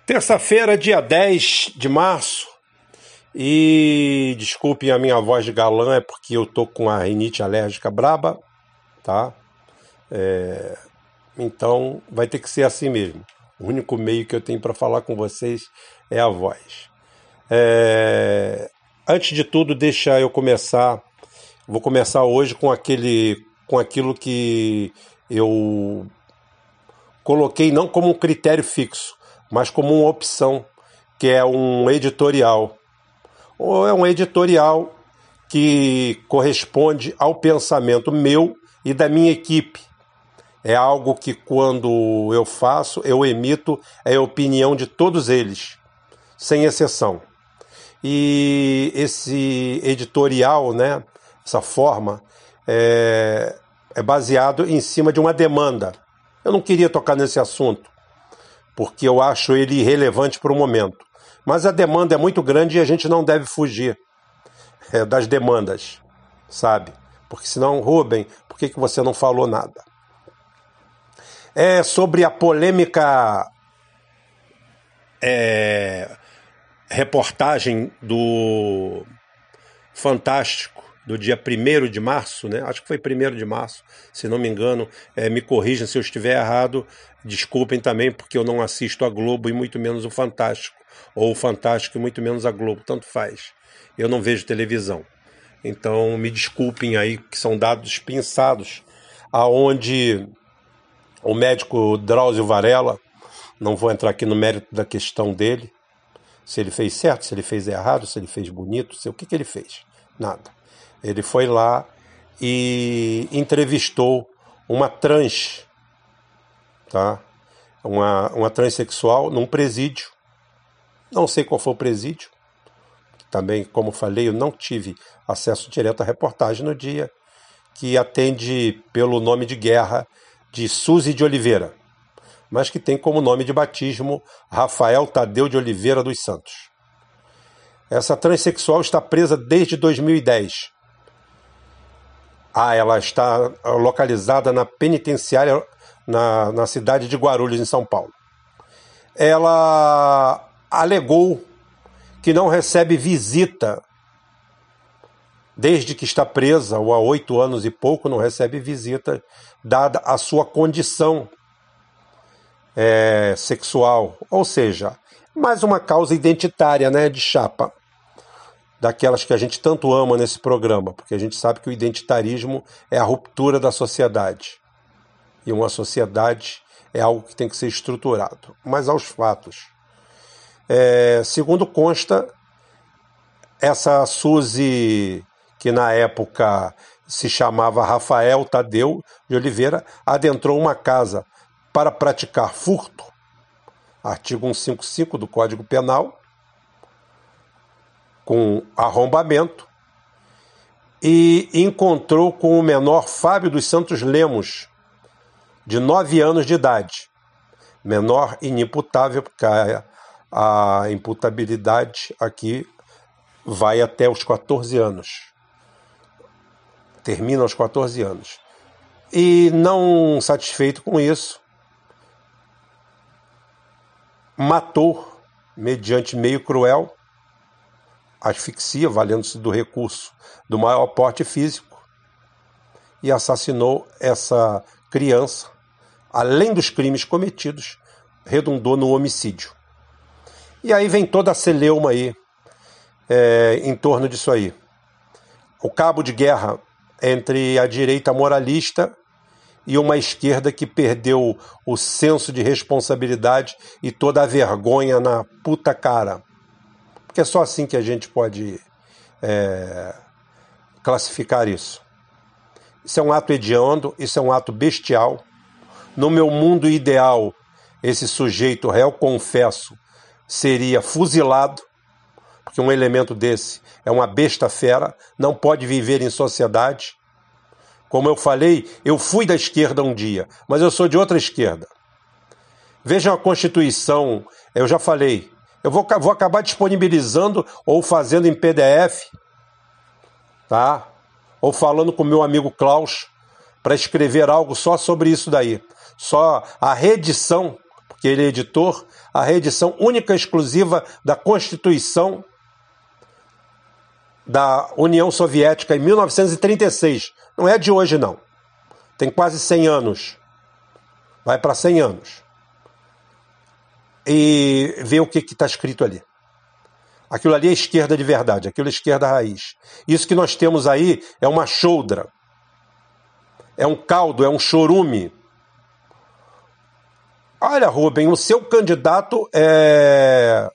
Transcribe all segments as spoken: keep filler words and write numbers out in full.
Terça-feira, dia dez de março, e desculpem a minha voz de galã, é porque eu tô com a rinite alérgica braba, tá? É, então vai ter que ser assim mesmo. O único meio que eu tenho para falar com vocês é a voz. É, antes de tudo, deixa eu começar. Vou começar hoje com aquele, com aquilo que eu coloquei não como um critério fixo, mas como uma opção, que é um editorial. Ou é um editorial que corresponde ao pensamento meu e da minha equipe. É algo que, quando eu faço, eu emito é a opinião de todos eles, sem exceção. E esse editorial, né, essa forma, é, é baseado em cima de uma demanda. Eu não queria tocar nesse assunto, porque eu acho ele irrelevante para o momento. Mas a demanda é muito grande e a gente não deve fugir é, das demandas, sabe? Porque senão, Rubem, por que, que você não falou nada? É sobre a polêmica é, reportagem do Fantástico do dia primeiro de março, né? Acho que foi primeiro de março, se não me engano. É, me corrijam se eu estiver errado, desculpem também, porque eu não assisto a Globo e muito menos o Fantástico, ou o Fantástico e muito menos a Globo, tanto faz. Eu não vejo televisão. Então me desculpem aí, que são dados pinçados, aonde o médico Drauzio Varella, não vou entrar aqui no mérito da questão dele, se ele fez certo, se ele fez errado, se ele fez bonito, se, o que, que ele fez? Nada. Ele foi lá e entrevistou uma trans, tá? uma, uma transexual num presídio. Não sei qual foi o presídio. Também, como falei, eu não tive acesso direto à reportagem no dia, que atende pelo nome de guerra de Suzy de Oliveira, mas que tem como nome de batismo Rafael Tadeu de Oliveira dos Santos. Essa transexual está presa desde dois mil e dez. Ah, ela está localizada na penitenciária na, na cidade de Guarulhos, em São Paulo. Ela alegou que não recebe visita desde que está presa, ou há oito anos e pouco, não recebe visita, dada a sua condição é, sexual. Ou seja, mais uma causa identitária, né, de chapa, daquelas que a gente tanto ama nesse programa, porque a gente sabe que o identitarismo é a ruptura da sociedade. E uma sociedade é algo que tem que ser estruturado. Mas aos fatos. É, segundo consta, essa Suzy, que na época se chamava Rafael Tadeu de Oliveira, adentrou uma casa para praticar furto, artigo cento e cinquenta e cinco do Código Penal, com arrombamento, e encontrou com o menor Fábio dos Santos Lemos, de nove anos de idade. Menor inimputável, porque a, a imputabilidade aqui vai até os quatorze anos. Termina aos quatorze anos. E não satisfeito com isso, matou, mediante meio cruel, asfixia, valendo-se do recurso do maior porte físico, e assassinou essa criança. Além dos crimes cometidos, redundou no homicídio. E aí vem toda a celeuma aí, é, em torno disso aí. O cabo de guerra entre a direita moralista e uma esquerda que perdeu o senso de responsabilidade e toda a vergonha na puta cara. Porque é só assim que a gente pode é, classificar isso. Isso é um ato hediondo, isso é um ato bestial. No meu mundo ideal, esse sujeito, réu confesso, seria fuzilado, porque um elemento desse é uma besta fera, não pode viver em sociedade. Como eu falei, eu fui da esquerda um dia, mas eu sou de outra esquerda. Vejam a Constituição, eu já falei, eu vou, vou acabar disponibilizando ou fazendo em P D F, tá? Ou falando com o meu amigo Klaus para escrever algo só sobre isso daí. Só a reedição porque ele é editor, a reedição única e exclusiva da Constituição da União Soviética em mil novecentos e trinta e seis. Não é de hoje, não. Tem quase cem anos. Vai para cem anos. E vê o que está escrito ali. Aquilo ali é esquerda de verdade, aquilo é esquerda raiz. Isso que nós temos aí é uma choldra. É um caldo, é um chorume. Olha, Rubem, o seu candidato é...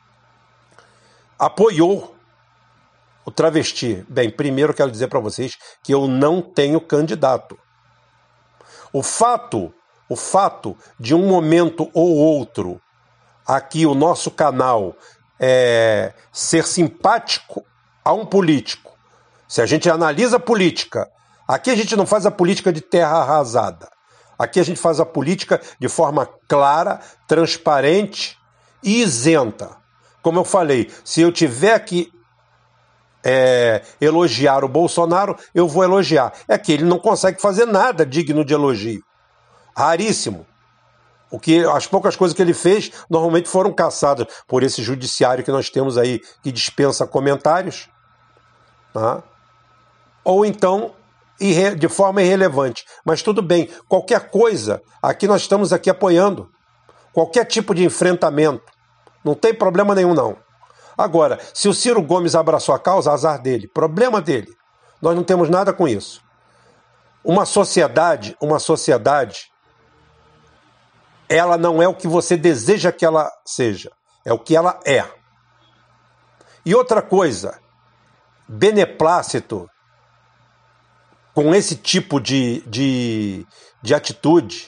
apoiou o travesti. Bem, primeiro eu quero dizer para vocês que eu não tenho candidato. O fato, o fato de um momento ou outro aqui o nosso canal é, ser simpático a um político, se a gente analisa a política, aqui a gente não faz a política de terra arrasada. Aqui a gente faz a política de forma clara, transparente e isenta. Como eu falei, se eu tiver que é, elogiar o Bolsonaro, eu vou elogiar. É que ele não consegue fazer nada digno de elogio. Raríssimo. O que, as poucas coisas que ele fez normalmente foram caçadas por esse judiciário que nós temos aí, que dispensa comentários. Tá? Ou então de forma irrelevante. Mas tudo bem, qualquer coisa, aqui nós estamos aqui apoiando. Qualquer tipo de enfrentamento. Não tem problema nenhum, não. Agora, se o Ciro Gomes abraçou a causa, azar dele, problema dele. Nós não temos nada com isso. Uma sociedade, uma sociedade, ela não é o que você deseja que ela seja, é o que ela é. E outra coisa, beneplácito com esse tipo de, de, de atitude,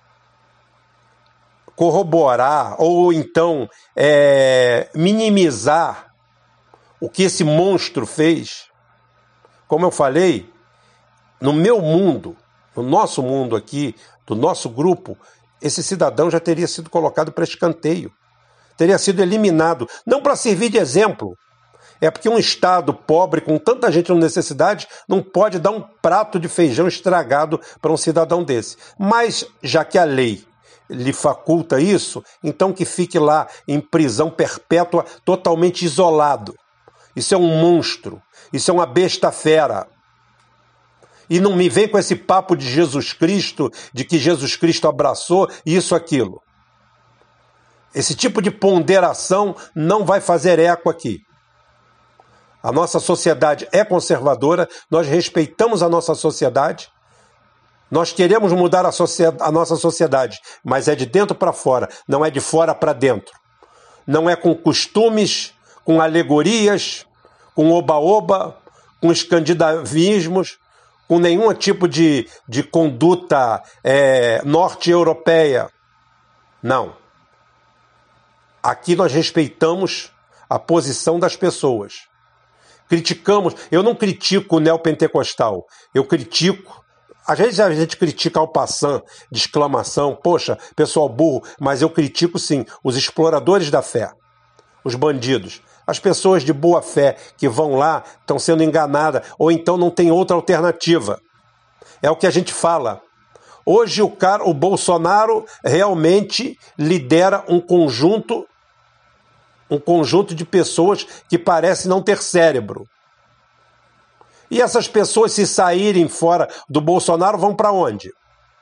corroborar ou então é, minimizar o que esse monstro fez, como eu falei, no meu mundo, no nosso mundo aqui, do nosso grupo, esse cidadão já teria sido colocado para escanteio, teria sido eliminado, não para servir de exemplo. É porque um Estado pobre, com tanta gente com necessidade, não pode dar um prato de feijão estragado para um cidadão desse. Mas, já que a lei lhe faculta isso, então que fique lá em prisão perpétua, totalmente isolado. Isso é um monstro, isso é uma besta fera. E não me vem com esse papo de Jesus Cristo, de que Jesus Cristo abraçou isso, aquilo. Esse tipo de ponderação não vai fazer eco aqui. A nossa sociedade é conservadora, nós respeitamos a nossa sociedade, nós queremos mudar a, sociedade, a nossa sociedade, mas é de dentro para fora, não é de fora para dentro. Não é com costumes, com alegorias, com oba-oba, com escandinavismos, com nenhum tipo de, de conduta é, norte-europeia. Não. Aqui nós respeitamos a posição das pessoas. Criticamos, eu não critico o neopentecostal, eu critico, às vezes a gente critica ao passant, de exclamação, poxa, pessoal burro, mas eu critico sim os exploradores da fé, os bandidos, as pessoas de boa fé que vão lá, estão sendo enganadas, ou então não tem outra alternativa. É o que a gente fala. Hoje o, cara, o Bolsonaro realmente lidera um conjunto um conjunto de pessoas que parecem não ter cérebro. E essas pessoas, se saírem fora do Bolsonaro, vão para onde?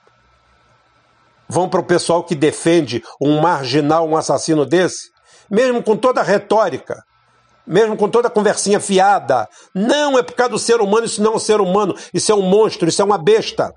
Vão para o pessoal que defende um marginal, um assassino desse? Mesmo com toda a retórica, mesmo com toda a conversinha fiada. Não, é por causa do ser humano, isso não é um ser humano, isso é um monstro, isso é uma besta.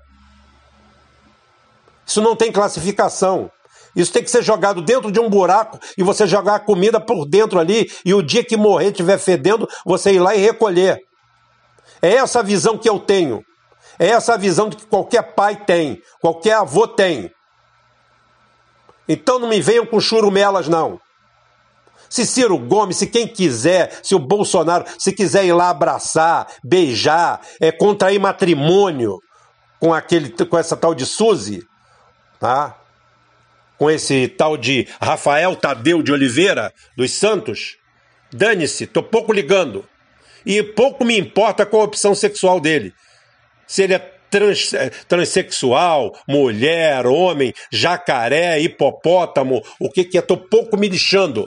Isso não tem classificação. Isso tem que ser jogado dentro de um buraco e você jogar a comida por dentro ali e o dia que morrer, estiver fedendo, você ir lá e recolher. É essa a visão que eu tenho. É essa a visão que qualquer pai tem, qualquer avô tem. Então não me venham com churumelas, não. Se Ciro Gomes, se quem quiser, se o Bolsonaro, se quiser ir lá abraçar, beijar, é, contrair matrimônio com, aquele, com essa tal de Suzy, tá? Com esse tal de Rafael Tadeu de Oliveira, dos Santos, dane-se, tô pouco ligando. E pouco me importa qual a opção sexual dele. Se ele é trans, transexual, mulher, homem, jacaré, hipopótamo, o que que é, tô pouco me lixando,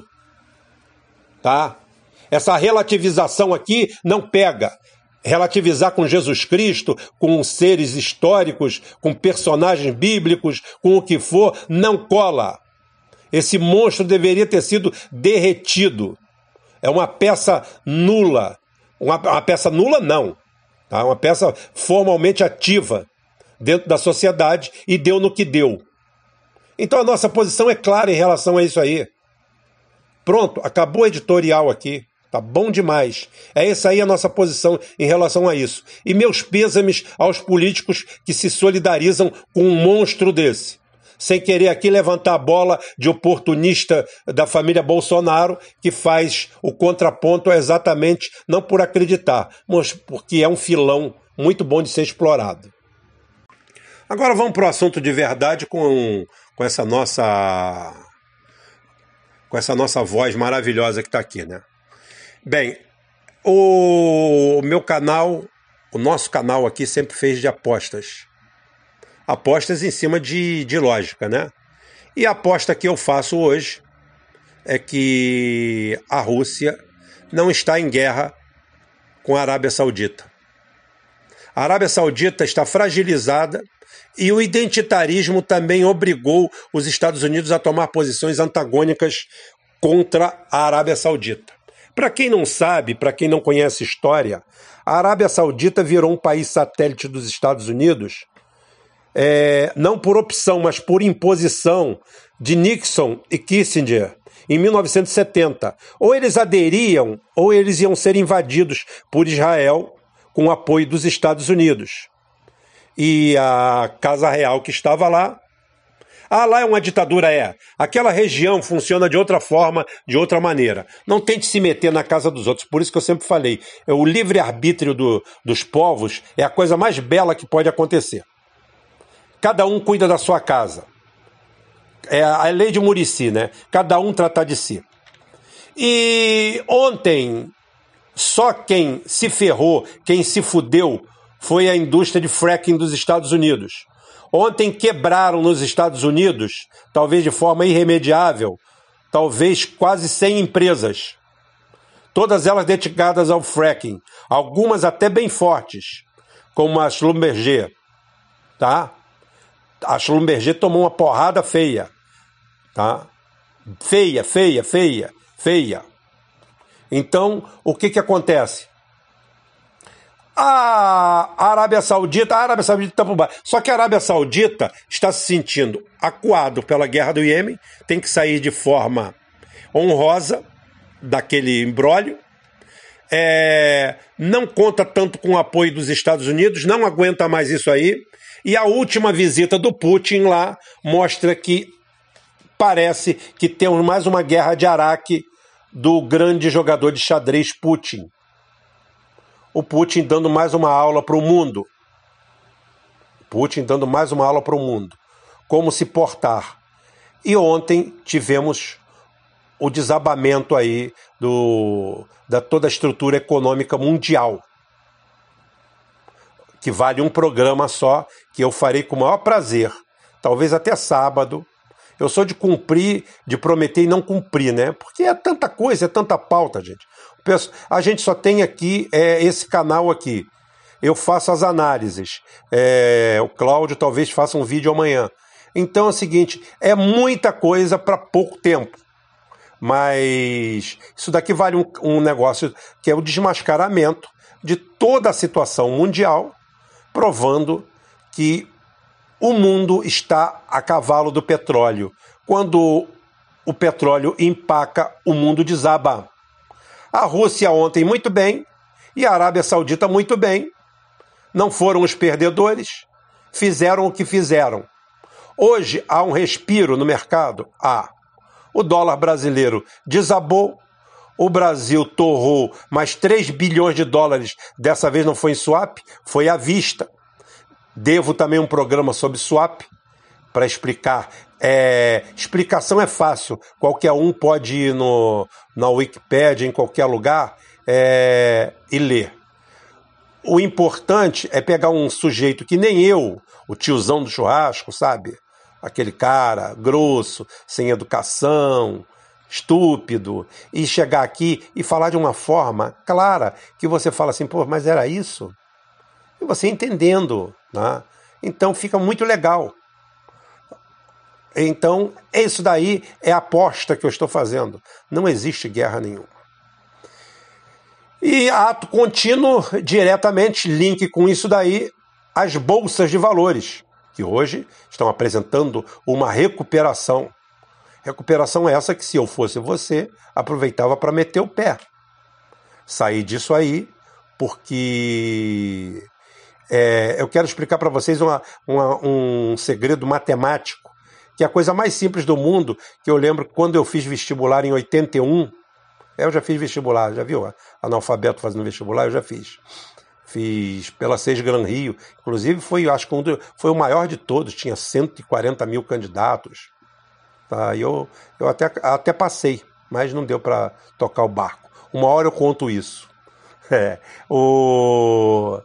tá? Essa relativização aqui não pega. Relativizar com Jesus Cristo, com seres históricos, com personagens bíblicos, com o que for, não cola. Esse monstro deveria ter sido derretido. É uma peça nula. Uma, uma peça nula, não. Tá? Uma peça formalmente ativa dentro da sociedade e deu no que deu. Então a nossa posição é clara em relação a isso aí. Pronto, acabou o editorial aqui. Tá bom demais. É essa aí a nossa posição em relação a isso. E meus pêsames aos políticos que se solidarizam com um monstro desse. Sem querer aqui levantar a bola de oportunista da família Bolsonaro, que faz o contraponto exatamente não por acreditar, mas porque é um filão muito bom de ser explorado. Agora vamos para o assunto de verdade com, com essa nossa com essa nossa voz maravilhosa que está aqui, né? Bem, o meu canal, o nosso canal aqui sempre fez de apostas. Apostas em cima de, de lógica, né? E a aposta que eu faço hoje é que a Rússia não está em guerra com a Arábia Saudita. A Arábia Saudita está fragilizada e o identitarismo também obrigou os Estados Unidos a tomar posições antagônicas contra a Arábia Saudita. Para quem não sabe, para quem não conhece história, a Arábia Saudita virou um país satélite dos Estados Unidos, é, não por opção, mas por imposição de Nixon e Kissinger, em mil novecentos e setenta. Ou eles aderiam, ou eles iam ser invadidos por Israel com o apoio dos Estados Unidos. E a Casa Real que estava lá, ah, lá é uma ditadura, é. Aquela região funciona de outra forma, de outra maneira. Não tente se meter na casa dos outros. Por isso que eu sempre falei, o livre-arbítrio do, dos povos é a coisa mais bela que pode acontecer. Cada um cuida da sua casa. É a lei de Muricy, né? Cada um tratar de si. E ontem, só quem se ferrou, quem se fudeu, foi a indústria de fracking dos Estados Unidos. Ontem quebraram nos Estados Unidos, talvez de forma irremediável, talvez quase cem empresas. Todas elas dedicadas ao fracking. Algumas até bem fortes, como a Schlumberger. Tá? A Schlumberger tomou uma porrada feia. Tá? Feia, feia, feia, feia. Então, o que que acontece? A Arábia Saudita, a Arábia Saudita está por baixo. Só que a Arábia Saudita está se sentindo acuado pela guerra do Iêmen, tem que sair de forma honrosa daquele imbróglio, é, não conta tanto com o apoio dos Estados Unidos, não aguenta mais isso aí, e a última visita do Putin lá mostra que parece que temos mais uma guerra de Araque do grande jogador de xadrez Putin. O Putin dando mais uma aula para o mundo. Putin dando mais uma aula para o mundo. Como se portar. E ontem tivemos o desabamento aí do, da toda a estrutura econômica mundial. Que vale um programa só, que eu farei com o maior prazer. Talvez até sábado. Eu sou de cumprir, de prometer e não cumprir, né? Porque é tanta coisa, é tanta pauta, gente. A gente só tem aqui é, esse canal aqui. Eu faço as análises. É, o Cláudio talvez faça um vídeo amanhã. Então é o seguinte, é muita coisa para pouco tempo. Mas isso daqui vale um, um negócio que é o desmascaramento de toda a situação mundial, provando que o mundo está a cavalo do petróleo. Quando o petróleo empaca, o mundo desaba. A Rússia ontem muito bem e a Arábia Saudita muito bem. Não foram os perdedores, fizeram o que fizeram. Hoje há um respiro no mercado? Há. O dólar brasileiro desabou, o Brasil torrou mais três bilhões de dólares, dessa vez não foi em swap, foi à vista. Devo também um programa sobre swap para explicar. É, explicação é fácil, qualquer um pode ir no, na Wikipédia, em qualquer lugar, é, e ler. o importante é pegar um sujeito que nem eu, o tiozão do churrasco, sabe? Aquele cara grosso, sem educação, estúpido, e chegar aqui e falar de uma forma clara, que você fala assim, pô, mas era isso? E você entendendo, né? Então fica muito legal. Então, isso daí é a aposta que eu estou fazendo. Não existe guerra nenhuma. E ato contínuo, diretamente, link com isso daí, as bolsas de valores, que hoje estão apresentando uma recuperação. Recuperação essa que, se eu fosse você, aproveitava para meter o pé. Sair disso aí, porque é, eu quero explicar para vocês uma, uma, um segredo matemático, que é a coisa mais simples do mundo, que eu lembro quando eu fiz vestibular em oitenta e um, eu já fiz vestibular, já viu? Analfabeto fazendo vestibular, eu já fiz. Fiz pela Seis Gran Rio, inclusive foi, acho que um do, foi o maior de todos, tinha cento e quarenta mil candidatos. Tá? E eu, eu até, até passei, mas não deu para tocar o barco. Uma hora eu conto isso. É, o...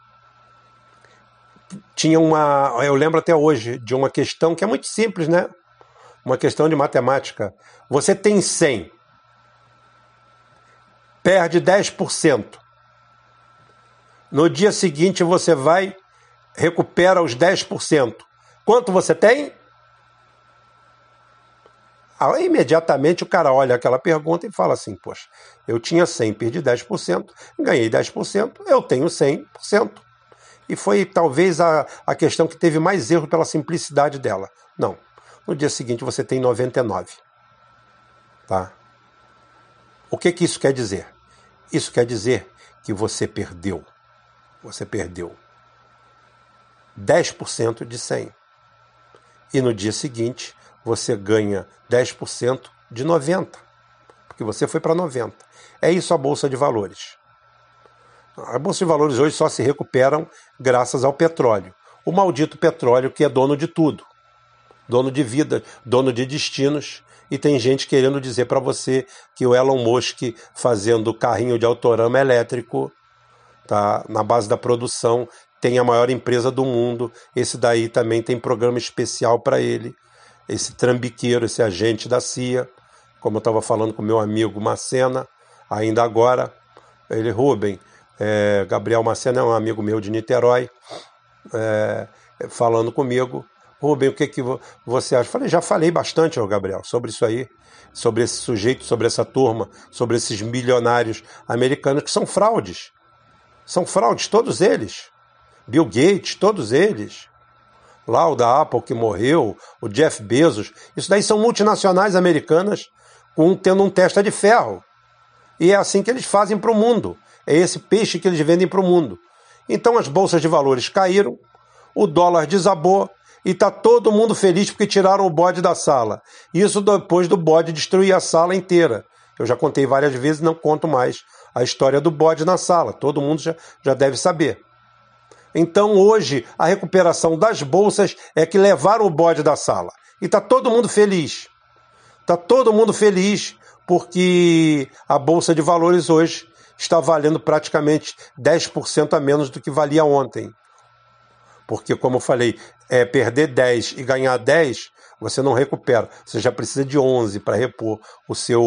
Tinha uma, eu lembro até hoje de uma questão que é muito simples, né? Uma questão de matemática. Você tem cem, perde dez por cento. No dia seguinte você vai, recupera os dez por cento. Quanto você tem? Aí, imediatamente o cara olha aquela pergunta e fala assim, poxa, eu tinha cem, perdi dez por cento, ganhei dez por cento, eu tenho cem por cento. E foi talvez a, a questão que teve mais erro pela simplicidade dela. Não. No dia seguinte você tem noventa e nove. Tá? O que que isso quer dizer? Isso quer dizer que você perdeu. Você perdeu dez por cento de cem. E no dia seguinte você ganha dez por cento de noventa. Porque você foi para noventa. É isso a Bolsa de Valores. A Bolsa de Valores hoje só se recuperam graças ao petróleo. O maldito petróleo que é dono de tudo. Dono de vida, dono de destinos. E tem gente querendo dizer para você que o Elon Musk fazendo carrinho de autorama elétrico, tá, na base da produção, tem a maior empresa do mundo. Esse daí também tem programa especial para ele. Esse trambiqueiro, esse agente da C I A, como eu estava falando com meu amigo Macena, ainda agora, ele, Rubem, É, Gabriel Macena é um amigo meu de Niterói, é, falando comigo, Rubem, o que, que você acha? Falei, já falei bastante, ó, Gabriel, sobre isso aí, sobre esse sujeito, sobre essa turma, sobre esses milionários americanos que são fraudes. São fraudes, todos eles. Bill Gates, todos eles. Lá o da Apple que morreu, o Jeff Bezos, isso daí são multinacionais americanas com, tendo um testa de ferro. E é assim que eles fazem para o mundo. É esse peixe que eles vendem para o mundo. Então as bolsas de valores caíram, o dólar desabou e está todo mundo feliz porque tiraram o bode da sala. Isso depois do bode destruir a sala inteira. Eu já contei várias vezes, não conto mais a história do bode na sala. Todo mundo já, já deve saber. Então hoje a recuperação das bolsas é que levaram o bode da sala. E está todo mundo feliz. Está todo mundo feliz porque a Bolsa de Valores hoje está valendo praticamente dez por cento a menos do que valia ontem. Porque, como eu falei, é, perder dez e ganhar dez, você não recupera. Você já precisa de onze para repor o seu,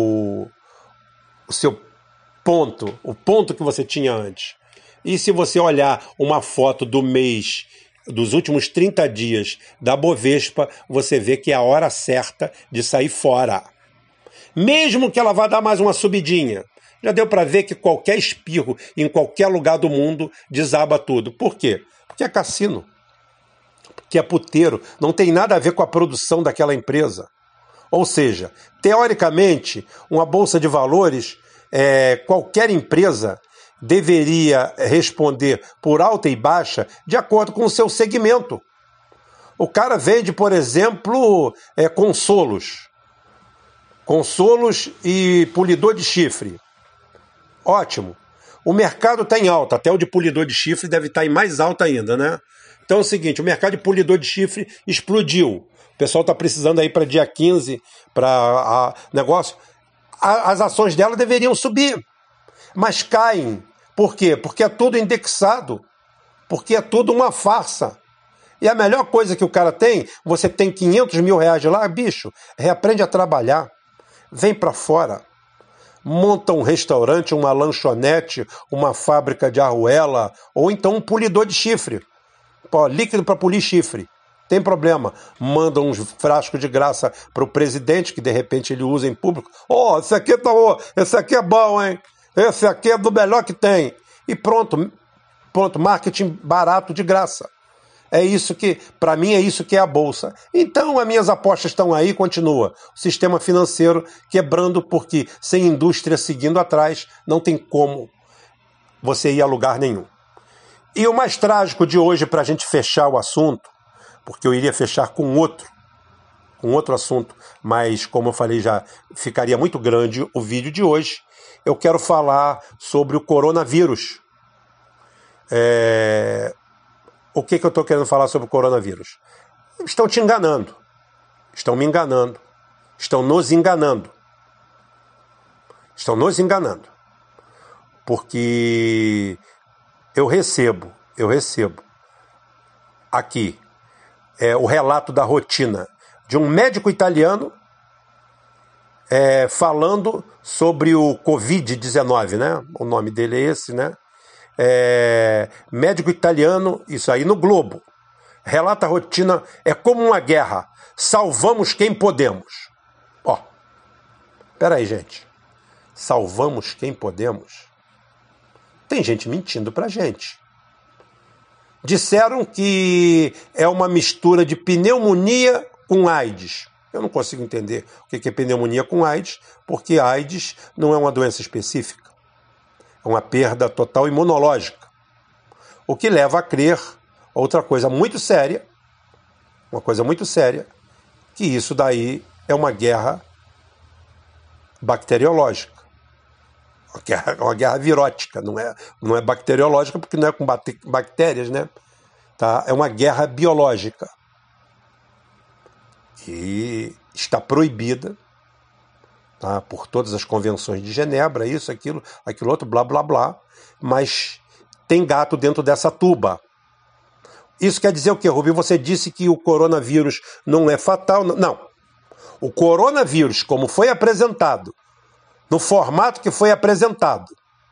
o seu ponto, o ponto que você tinha antes. E se você olhar uma foto do mês, dos últimos trinta dias da Bovespa, você vê que é a hora certa de sair fora. Mesmo que ela vá dar mais uma subidinha. Já deu para ver que qualquer espirro em qualquer lugar do mundo desaba tudo. Por quê? Porque é cassino. Porque é puteiro. Não tem nada a ver com a produção daquela empresa. Ou seja, teoricamente, uma bolsa de valores, é, qualquer empresa deveria responder por alta e baixa de acordo com o seu segmento. O cara vende, por exemplo, é, consolos. Consolos e polidor de chifre. Ótimo. O mercado está em alta, até o de polidor de chifre deve estar em mais alta ainda, né? Então é o seguinte, o mercado de polidor de chifre explodiu. O pessoal está precisando aí para dia quinze, para negócio. A, as ações dela deveriam subir, mas caem, Por quê? Porque é tudo indexado, porque é tudo uma farsa. E a melhor coisa que o cara tem, você tem quinhentos mil reais de lá, bicho, reaprende a trabalhar, vem para fora, monta um restaurante, uma lanchonete, uma fábrica de arruela, ou então um polidor de chifre, pô, líquido para polir chifre. Tem problema, manda uns frascos de graça para o presidente, que de repente ele usa em público. Ó, oh, esse aqui tá, oh, esse aqui é bom, hein? Esse aqui é do melhor que tem. E pronto, pronto, marketing barato de graça. É isso que, para mim, é isso que é a Bolsa. Então, as minhas apostas estão aí, continua. O sistema financeiro quebrando, porque sem indústria seguindo atrás, não tem como você ir a lugar nenhum. E o mais trágico de hoje, para a gente fechar o assunto, porque eu iria fechar com outro, com outro assunto, mas como eu falei já, ficaria muito grande o vídeo de hoje. Eu quero falar sobre o coronavírus. É... O que, que eu estou querendo falar sobre o coronavírus? Estão te enganando, estão me enganando, estão nos enganando. Estão nos enganando. Porque eu recebo, eu recebo aqui É, o relato da rotina de um médico italiano é, falando sobre o covid dezenove, né? O nome dele é esse, né? É, médico italiano, isso aí no Globo. Relata a rotina, é como uma guerra. Salvamos quem podemos. Ó, peraí, gente. Salvamos quem podemos? Tem gente mentindo pra gente. Disseram que é uma mistura de pneumonia com AIDS. Eu não consigo entender o que é pneumonia com AIDS, porque AIDS não é uma doença específica. É uma perda total imunológica. O que leva a crer outra coisa muito séria, uma coisa muito séria, que isso daí é uma guerra bacteriológica. Uma guerra, uma guerra virótica, não é, não é bacteriológica, porque não é com bactérias, né? Tá? É uma guerra biológica. E está proibida, tá? Por todas as convenções de Genebra, isso, aquilo, aquilo outro, blá, blá, blá. Mas tem gato dentro dessa tuba. Isso quer dizer o quê, Rubinho? Você disse que o coronavírus não é fatal. Não. O coronavírus, como foi apresentado, no formato que foi apresentado,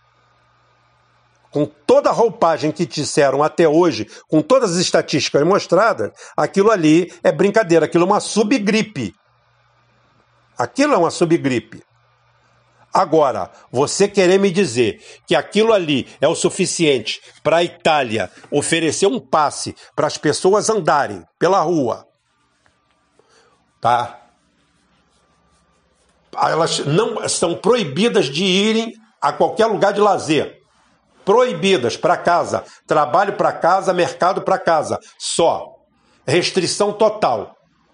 com toda a roupagem que disseram até hoje, com todas as estatísticas mostradas, aquilo ali é brincadeira, aquilo é uma subgripe. Aquilo é uma subgripe. Agora, você querer me dizer que aquilo ali é o suficiente para a Itália oferecer um passe para as pessoas andarem pela rua, tá? Elas não estão proibidas de irem a qualquer lugar de lazer. Proibidas para casa. Trabalho para casa, mercado para casa. Só. Restrição total.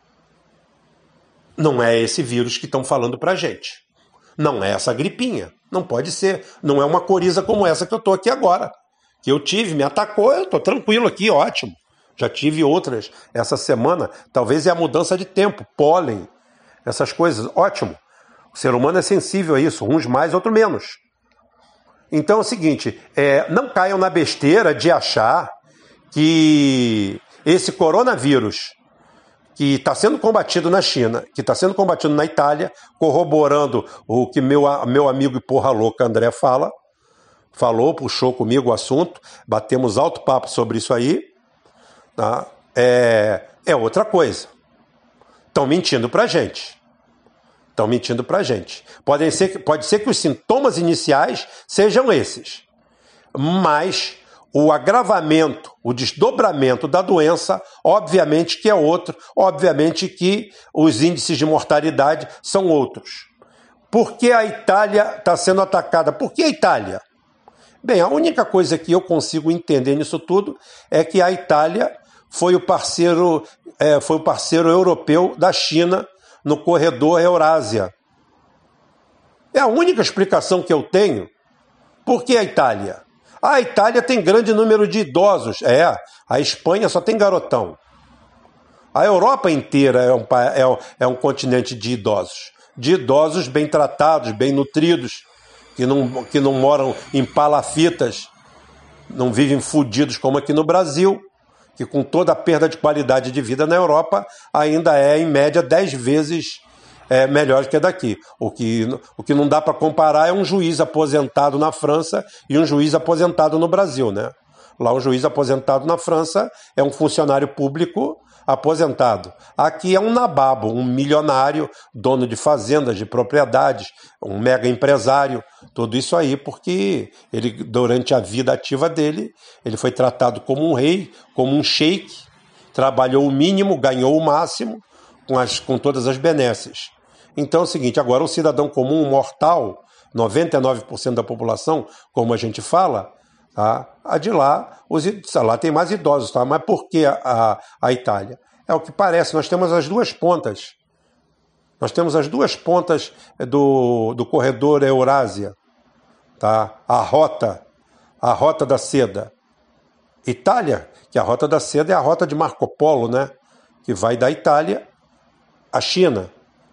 Não é esse vírus que estão falando para a gente. Não é essa gripinha. Não pode ser. Não é uma coriza como essa que eu estou aqui agora. Que eu tive, me atacou, eu estou tranquilo aqui, ótimo. Já tive outras essa semana. Talvez é a mudança de tempo, pólen, essas coisas, ótimo. O ser humano é sensível a isso, uns mais, outros menos. Então é o seguinte, é, não caiam na besteira de achar que esse coronavírus que está sendo combatido na China, que está sendo combatido na Itália, corroborando o que meu, meu amigo e porra louca André fala, falou, puxou comigo o assunto, batemos alto papo sobre isso aí, tá? é, é outra coisa. Estão mentindo pra gente. Estão mentindo para a gente. Pode ser, pode ser que os sintomas iniciais sejam esses, mas o agravamento, o desdobramento da doença, obviamente que é outro, obviamente que os índices de mortalidade são outros. Por que a Itália está sendo atacada? Por que a Itália? Bem, a única coisa que eu consigo entender nisso tudo é que a Itália foi o parceiro, é, foi o parceiro europeu da China no corredor Eurásia. É a única explicação que eu tenho. Por que a Itália? A Itália tem grande número de idosos. É, a Espanha só tem garotão. A Europa inteira é um, é um, é um continente de idosos. De idosos bem tratados, bem nutridos, que não, que não moram em palafitas, não vivem fudidos como aqui no Brasil, que com toda a perda de qualidade de vida na Europa, ainda é, em média, dez vezes é, melhor que a daqui. O que, o que não dá para comparar é um juiz aposentado na França e um juiz aposentado no Brasil, né? Lá um juiz aposentado na França é um funcionário público aposentado. Aqui é um nababo, um milionário, dono de fazendas, de propriedades, um mega empresário, tudo isso aí porque ele, durante a vida ativa dele, ele foi tratado como um rei, como um sheik, trabalhou o mínimo, ganhou o máximo, com, as, com todas as benesses. Então é o seguinte, agora o cidadão comum, um mortal, noventa e nove por cento da população, como a gente fala, tá? A de lá, os, lá tem mais idosos, tá? Mas por que a, a, a Itália? É o que parece, nós temos as duas pontas. Nós temos as duas pontas do, do corredor Eurásia, tá? A rota, a rota da seda. Itália, que a rota da seda é a rota de Marco Polo, né? Que vai da Itália à China.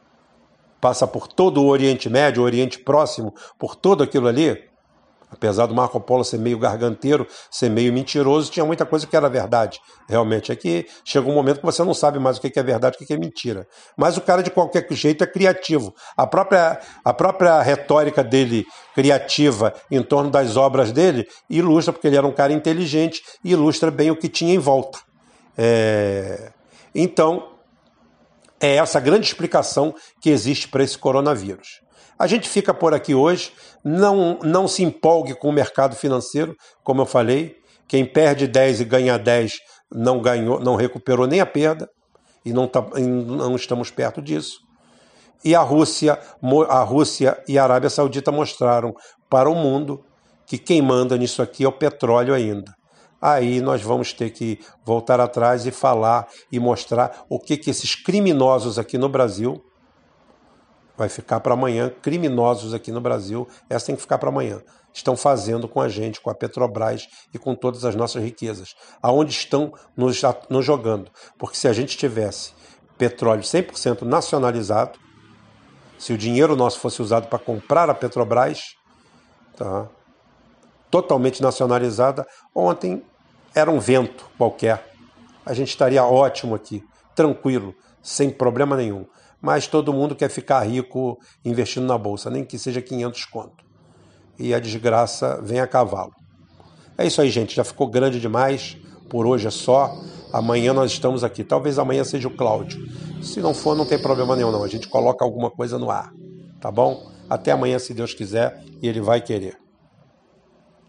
Passa por todo o Oriente Médio, o Oriente Próximo, por todo aquilo ali. Apesar do Marco Polo ser meio garganteiro, ser meio mentiroso, tinha muita coisa que era verdade. Realmente, é que chega um momento que você não sabe mais o que é verdade e o que é mentira. Mas o cara, de qualquer jeito, é criativo. A própria, a própria retórica dele, criativa, em torno das obras dele, ilustra, porque ele era um cara inteligente, e ilustra bem o que tinha em volta. É... Então, é essa a grande explicação que existe para esse coronavírus. A gente fica por aqui hoje, não, não se empolgue com o mercado financeiro, como eu falei, quem perde dez e ganha dez não ganhou, não recuperou nem a perda, e não, tá, não estamos perto disso. E a Rússia, a Rússia e a Arábia Saudita mostraram para o mundo que quem manda nisso aqui é o petróleo ainda. Aí nós vamos ter que voltar atrás e falar e mostrar o que, que esses criminosos aqui no Brasil... Vai ficar para amanhã, criminosos aqui no Brasil, essa tem que ficar para amanhã. Estão fazendo com a gente, com a Petrobras e com todas as nossas riquezas. Aonde estão nos, nos jogando. Porque se a gente tivesse petróleo cem por cento nacionalizado, se o dinheiro nosso fosse usado para comprar a Petrobras, tá, totalmente nacionalizada, ontem era um vento qualquer. A gente estaria ótimo aqui, tranquilo, sem problema nenhum. Mas todo mundo quer ficar rico investindo na bolsa, nem que seja quinhentos conto. E a desgraça vem a cavalo. É isso aí, gente. Já ficou grande demais. Por hoje é só. Amanhã nós estamos aqui. Talvez amanhã seja o Cláudio. Se não for, não tem problema nenhum, não. A gente coloca alguma coisa no ar. Tá bom? Até amanhã, se Deus quiser, e Ele vai querer.